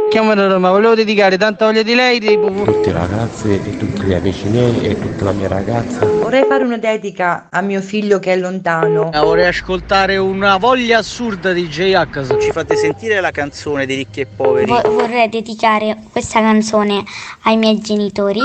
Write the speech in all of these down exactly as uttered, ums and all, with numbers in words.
Chiamano Roma, volevo dedicare tanta voglia di lei di... tutte le ragazze e tutti gli amici miei e tutta la mia ragazza. Vorrei fare una dedica a mio figlio che è lontano. Vorrei ascoltare una voglia assurda di J-H. Ci fate sentire la canzone di Ricchi e Poveri? Vo- vorrei dedicare questa canzone ai miei genitori.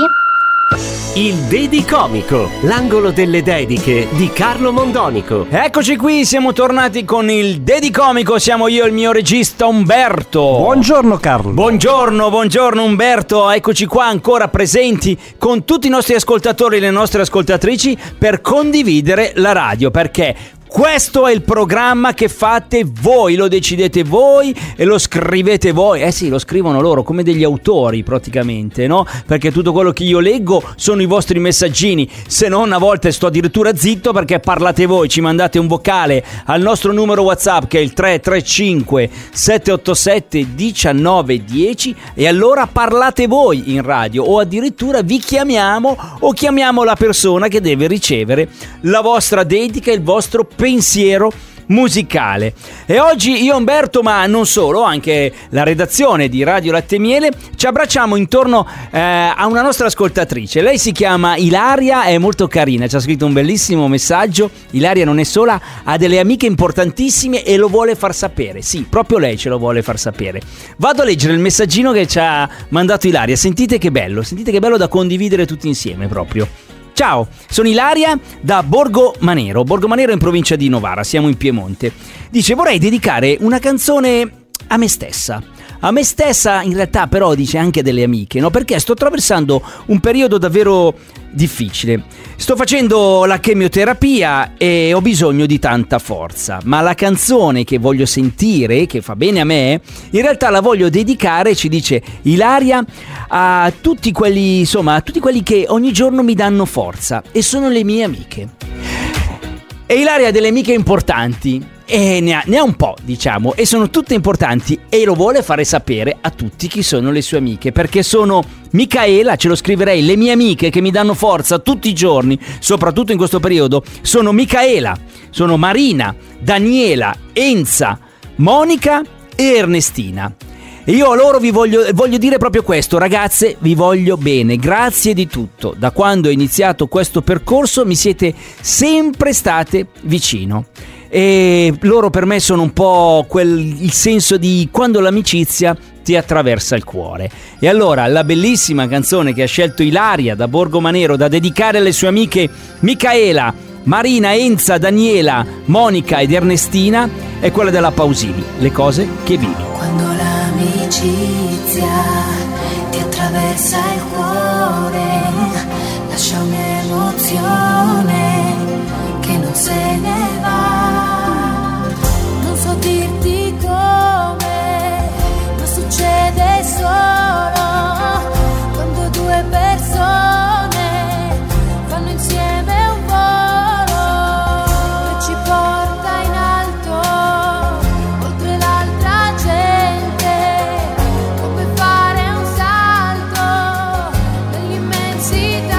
Il Dedicomico, l'angolo delle dediche di Carlo Mondonico. Eccoci qui, siamo tornati con il Dedicomico, siamo io e il mio regista Umberto. Buongiorno Carlo. Buongiorno, buongiorno Umberto, eccoci qua ancora presenti con tutti i nostri ascoltatori e le nostre ascoltatrici per condividere la radio, perché questo è il programma che fate voi, lo decidete voi e lo scrivete voi. Eh sì, lo scrivono loro come degli autori praticamente, no? Perché tutto quello che io leggo sono i vostri messaggini. Se non, a volte sto addirittura zitto perché parlate voi. Ci mandate un vocale al nostro numero WhatsApp che è il tre tre cinque sette otto sette uno nove uno zero e allora parlate voi in radio o addirittura vi chiamiamo o chiamiamo la persona che deve ricevere la vostra dedica e il vostro pensiero musicale. E oggi io Umberto, ma non solo, anche la redazione di Radio Latte e Miele, ci abbracciamo intorno eh, a una nostra ascoltatrice. Lei si chiama Ilaria, è molto carina, ci ha scritto un bellissimo messaggio. Ilaria non è sola, ha delle amiche importantissime e lo vuole far sapere. Sì, proprio lei ce lo vuole far sapere. Vado a leggere il messaggino che ci ha mandato Ilaria. Sentite che bello, sentite che bello da condividere tutti insieme proprio. Ciao, sono Ilaria da Borgo Manero. Borgo Manero è in provincia di Novara, siamo in Piemonte. Dice, vorrei dedicare una canzone a me stessa. A me stessa in realtà però dice anche delle amiche, no? Perché sto attraversando un periodo davvero difficile. Sto facendo la chemioterapia e ho bisogno di tanta forza, ma la canzone che voglio sentire, che fa bene a me, in realtà la voglio dedicare, ci dice Ilaria, a tutti quelli, insomma, a tutti quelli che ogni giorno mi danno forza e sono le mie amiche. E Ilaria ha delle amiche importanti. E ne ha, ne ha un po', diciamo, e sono tutte importanti e lo vuole fare sapere a tutti chi sono le sue amiche, perché sono Micaela, ce lo scriverei, le mie amiche che mi danno forza tutti i giorni, soprattutto in questo periodo, sono Micaela, sono Marina, Daniela, Enza, Monica e Ernestina. E io a loro vi voglio, voglio dire proprio questo, ragazze, vi voglio bene, grazie di tutto. Da quando ho iniziato questo percorso mi siete sempre state vicino. E loro per me sono un po' quel, il senso di quando l'amicizia ti attraversa il cuore. E allora la bellissima canzone che ha scelto Ilaria da Borgo Manero da dedicare alle sue amiche Micaela, Marina, Enza, Daniela, Monica ed Ernestina è quella della Pausini, Le cose che vivi. Quando l'amicizia ti attraversa il cuore, lascia un'emozione che non se ne va. Non so dirti come, ma succede solo quando due persone fanno insieme un volo che ci porta in alto, oltre l'altra gente, come fare un salto nell'immensità.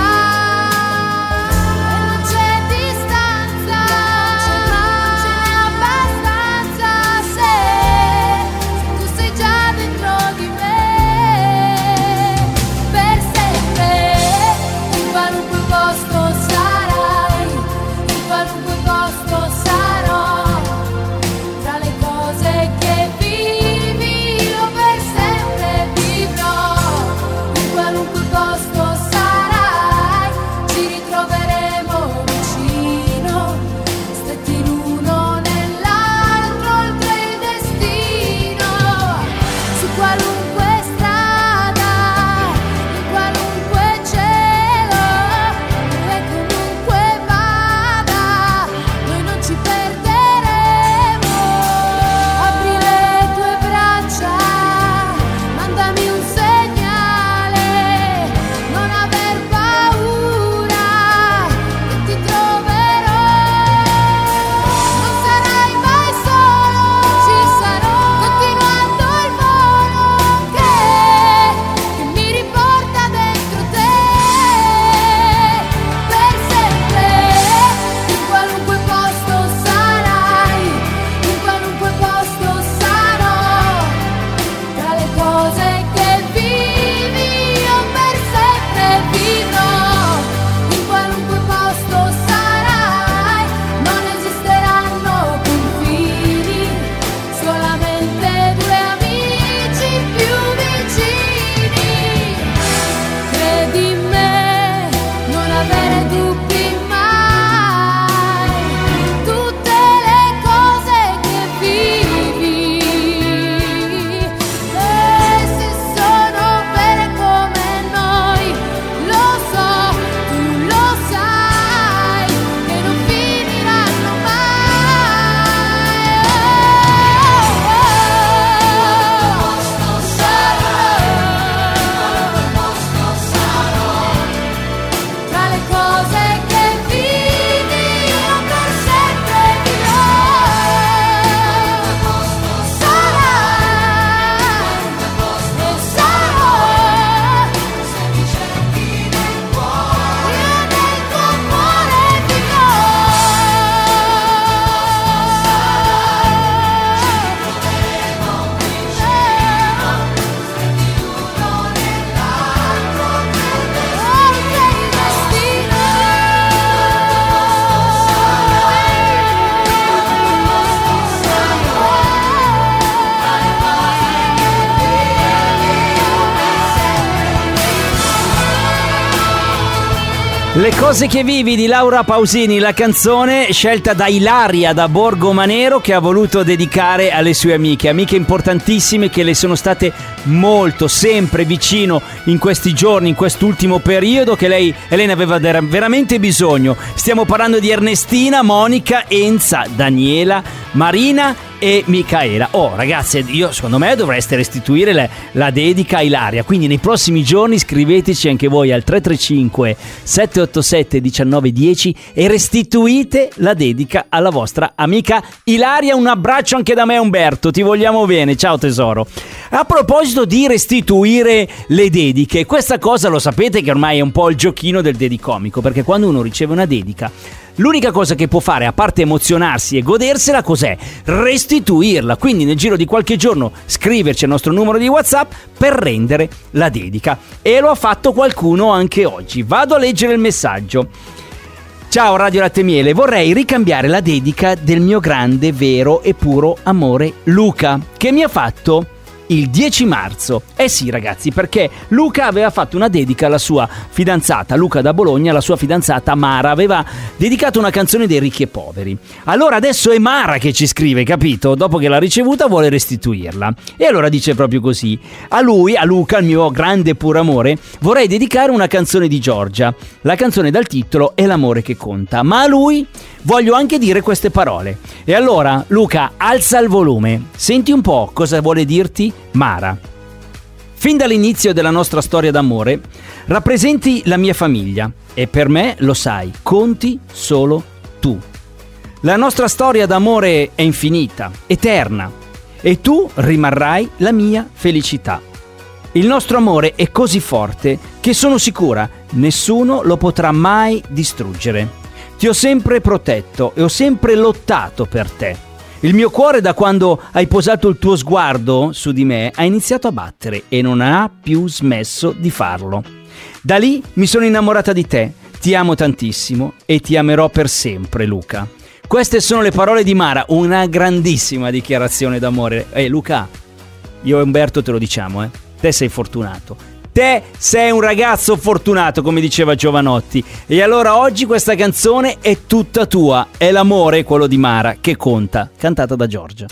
Le cose che vivi di Laura Pausini, la canzone scelta da Ilaria da Borgo Manero, che ha voluto dedicare alle sue amiche, amiche importantissime che le sono state molto, sempre vicino in questi giorni, in quest'ultimo periodo che lei, Elena, aveva veramente bisogno. Stiamo parlando di Ernestina, Monica, Enza, Daniela, Marina e Micaela. Oh ragazzi, io secondo me dovreste restituire la, la dedica a Ilaria, quindi nei prossimi giorni scriveteci anche voi al tre tre cinque sette otto sette uno nove uno zero e restituite la dedica alla vostra amica Ilaria. Un abbraccio anche da me, Umberto, ti vogliamo bene, ciao tesoro. A proposito di restituire le dediche, questa cosa lo sapete che ormai è un po' il giochino del dedicomico, perché quando uno riceve una dedica l'unica cosa che può fare, a parte emozionarsi e godersela, cos'è? Restituirla. Quindi nel giro di qualche giorno scriverci al nostro numero di WhatsApp per rendere la dedica. E lo ha fatto qualcuno anche oggi. Vado a leggere il messaggio. Ciao Radio Latte Miele, vorrei ricambiare la dedica del mio grande, vero e puro amore Luca, che mi ha fatto il dieci marzo. Eh sì ragazzi, perché Luca aveva fatto una dedica alla sua fidanzata, Luca da Bologna, la sua fidanzata Mara, aveva dedicato una canzone dei Ricchi e Poveri. Allora adesso è Mara che ci scrive, capito? Dopo che l'ha ricevuta vuole restituirla. E allora dice proprio così: a lui, a Luca, il mio grande puro amore, vorrei dedicare una canzone di Giorgia. La canzone dal titolo È l'amore che conta, ma a lui voglio anche dire queste parole. E allora Luca, alza il volume, senti un po' cosa vuole dirti Mara. Fin dall'inizio della nostra storia d'amore rappresenti la mia famiglia e per me, lo sai, conti solo tu. La nostra storia d'amore è infinita, eterna, e tu rimarrai la mia felicità. Il nostro amore è così forte che sono sicura nessuno lo potrà mai distruggere. Ti ho sempre protetto e ho sempre lottato per te. Il mio cuore, da quando hai posato il tuo sguardo su di me, ha iniziato a battere e non ha più smesso di farlo. Da lì mi sono innamorata di te, ti amo tantissimo e ti amerò per sempre, Luca. Queste sono le parole di Mara, una grandissima dichiarazione d'amore. Eh Luca, io e Umberto te lo diciamo, eh. Te sei fortunato. Te sei un ragazzo fortunato, come diceva Giovanotti. E allora oggi questa canzone è tutta tua. È l'amore, quello di Mara, che conta. Cantata da Giorgia.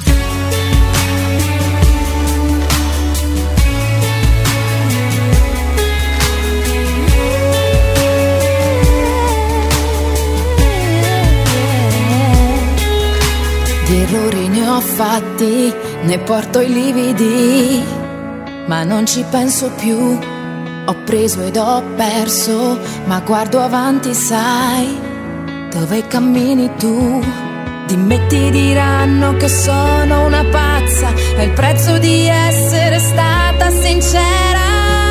Di errori ne ho fatti, ne porto i lividi, ma non ci penso più. Ho preso ed ho perso, ma guardo avanti, sai, dove cammini tu. Di me ti diranno che sono una pazza, è il prezzo di essere stata sincera.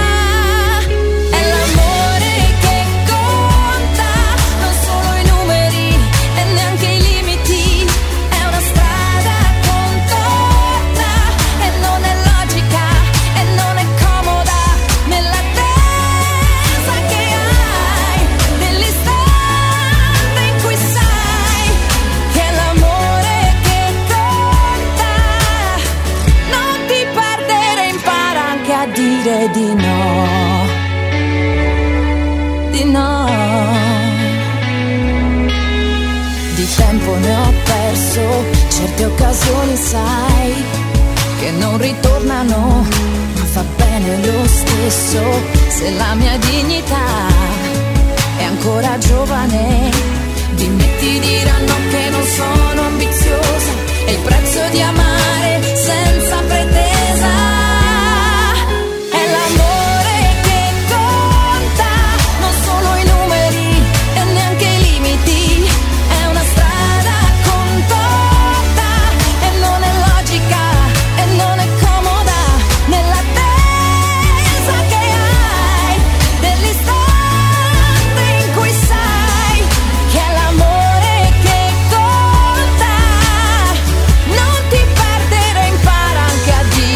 È l'amore che conta, non solo i numeri e neanche i limiti. È una strada contorta e non è logica e non è comoda nell'attesa che hai, nell'istante in cui sai che è l'amore che conta. Non ti perdere, impara anche a dire di no, di no. Di tempo ne ho perso, certe occasioni sai che non ritornano, ma fa bene lo stesso se la mia dignità è ancora giovane. Di me ti diranno che non sono ambiziosa, è il prezzo di amare senza pretesa. È l'amore che conta, non solo i numeri e neanche i limiti. È una strada contorta e non è logica e non è comoda nell'attesa che hai, dell'istante in cui sai che è l'amore che conta. Non ti perdere, impara anche a dire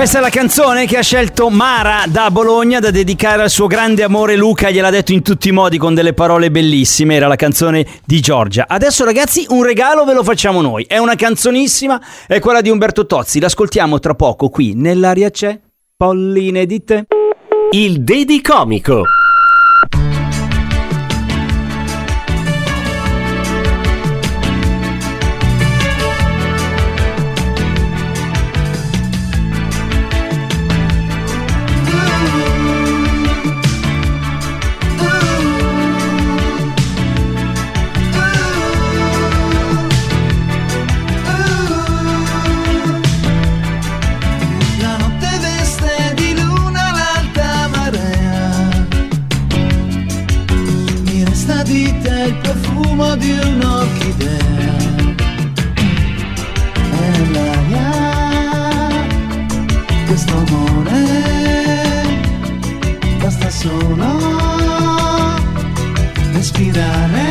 Questa è la canzone che ha scelto Mara da Bologna da dedicare al suo grande amore Luca, gliel'ha detto in tutti i modi con delle parole bellissime, era la canzone di Giorgia. Adesso ragazzi un regalo ve lo facciamo noi, è una canzonissima, è quella di Umberto Tozzi, l'ascoltiamo tra poco qui, nell'aria c'è Polline di te. Il Dedicomico. Il profumo di un'orchidea e nell'aria questo amore basta solo respirare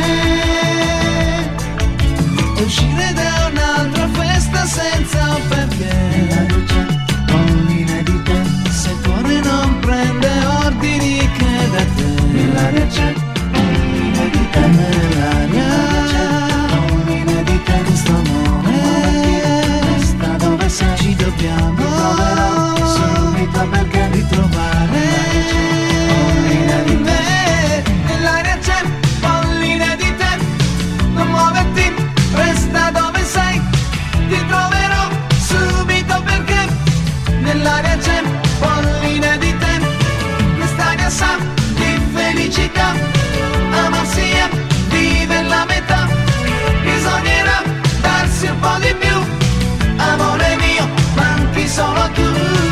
e uscire da un'altra festa senza un perché. Nella luce polline di te, se il cuore non prende ordini che da te. Nell'aria c'è nell'aria, polline di te, questo amore resta dove sei, ci dobbiamo ritroverò subito perché ritrovare polline di te. Nell'aria c'è polline di te, non muoverti, resta dove sei, ti troverò subito perché nell'aria c'è polline di te, quest'aria sa di felicità, amarsi e vive la metà, bisognerà darsi un po' di più, amore mio, manchi solo tu.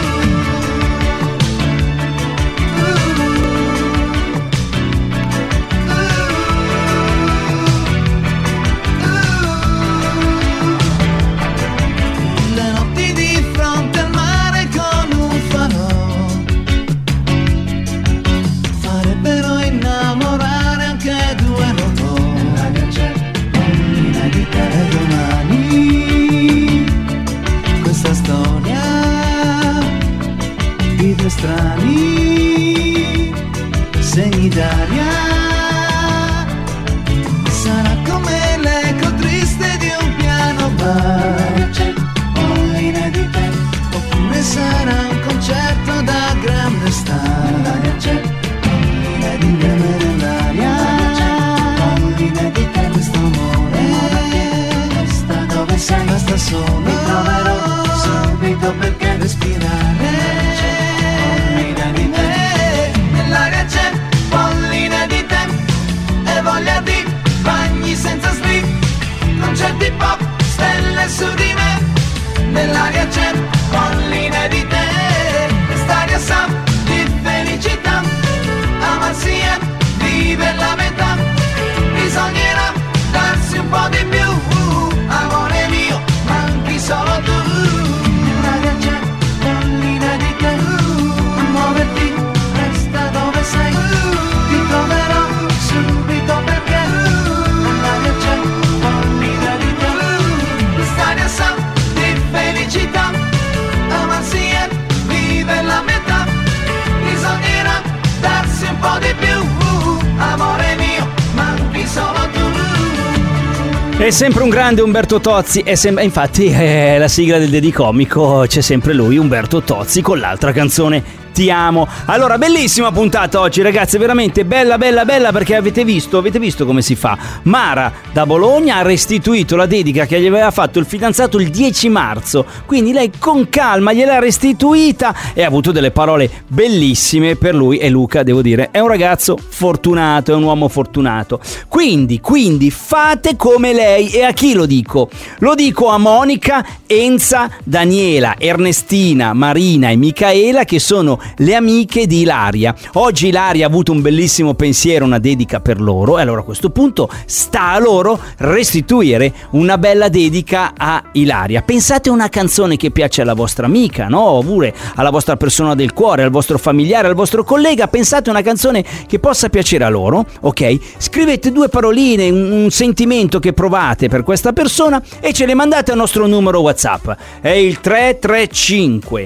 Le notti di fronte al mare con un falò farebbero innamorare anche due robot. Nell'aria c'è polline di te e domani questa storia di due strani segni d'aria sarà come l'eco triste di un piano bar. Nell'aria c'è polline di te, oppure sarà un concerto da grande star. Nell'aria c'è polline di te, nell'aria polline di te, questo amore resta dove sei, basta solo mi troverò subito perché respirare polline di te. Nell'aria c'è polline di te e voglia di bagni senza slip, concerti pop, stelle su di me. Nell'aria c'è polline di te, quest'aria sa di felicità, amarsi e vive la metà, bisognerà darsi un po' di più, amore mio, manchi solo tu. Nell'aria c'è polline di te, non muoverti, resta dove sei, ti troverò subito perché nell'aria c'è polline di te, quest'aria sa di felicità, amarsi e vive la metà, bisognerà darsi un po' di più, amore mio, manchi solo tu. È sempre un grande Umberto Tozzi, è sem- infatti è la sigla del Dedicomico, c'è sempre lui, Umberto Tozzi, con l'altra canzone Ti amo. Allora, bellissima puntata oggi ragazzi, veramente bella bella bella, perché avete visto, avete visto come si fa. Mara da Bologna ha restituito la dedica che gli aveva fatto il fidanzato il dieci marzo, quindi lei con calma gliel'ha restituita e ha avuto delle parole bellissime per lui. E Luca, devo dire, è un ragazzo fortunato, è un uomo fortunato. Quindi, quindi fate come lei. E a chi lo dico? Lo dico a Monica, Enza, Daniela, Ernestina, Marina e Micaela, che sono le amiche di Ilaria. Oggi Ilaria ha avuto un bellissimo pensiero, una dedica per loro, e allora a questo punto sta a loro restituire una bella dedica a Ilaria. Pensate a una canzone che piace alla vostra amica, no? Oppure alla vostra persona del cuore, al vostro familiare, al vostro collega. Pensate a una canzone che possa piacere a loro, ok? Scrivete due paroline, un, un sentimento che provate per questa persona e ce le mandate al nostro numero WhatsApp. È il tre tre cinque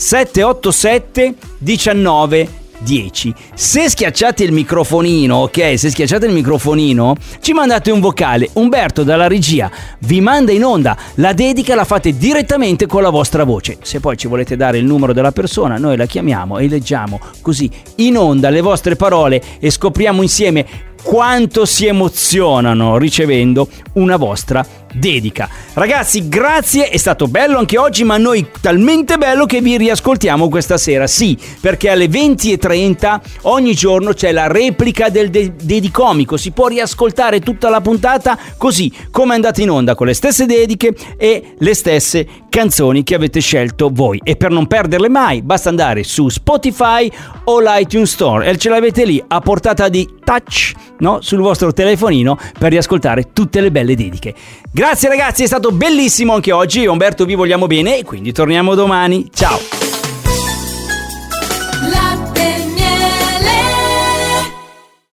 sette otto sette diciannove dieci. Se schiacciate il microfonino, ok, se schiacciate il microfonino, ci mandate un vocale. Umberto dalla regia vi manda in onda la dedica, la fate direttamente con la vostra voce. Se poi ci volete dare il numero della persona, noi la chiamiamo e leggiamo così in onda le vostre parole e scopriamo insieme quanto si emozionano ricevendo una vostra dedica. Ragazzi, grazie, è stato bello anche oggi, ma noi talmente bello che vi riascoltiamo questa sera. Sì, perché alle venti e trenta ogni giorno c'è la replica del de- Dedicomico. Si può riascoltare tutta la puntata così come è andata in onda, con le stesse dediche e le stesse canzoni che avete scelto voi. E per non perderle mai basta andare su Spotify o l'iTunes Store e ce l'avete lì a portata di touch, no? Sul vostro telefonino, per riascoltare tutte le belle dediche. Grazie ragazzi, è stato bellissimo anche oggi. Umberto, vi vogliamo bene e quindi torniamo domani. Ciao.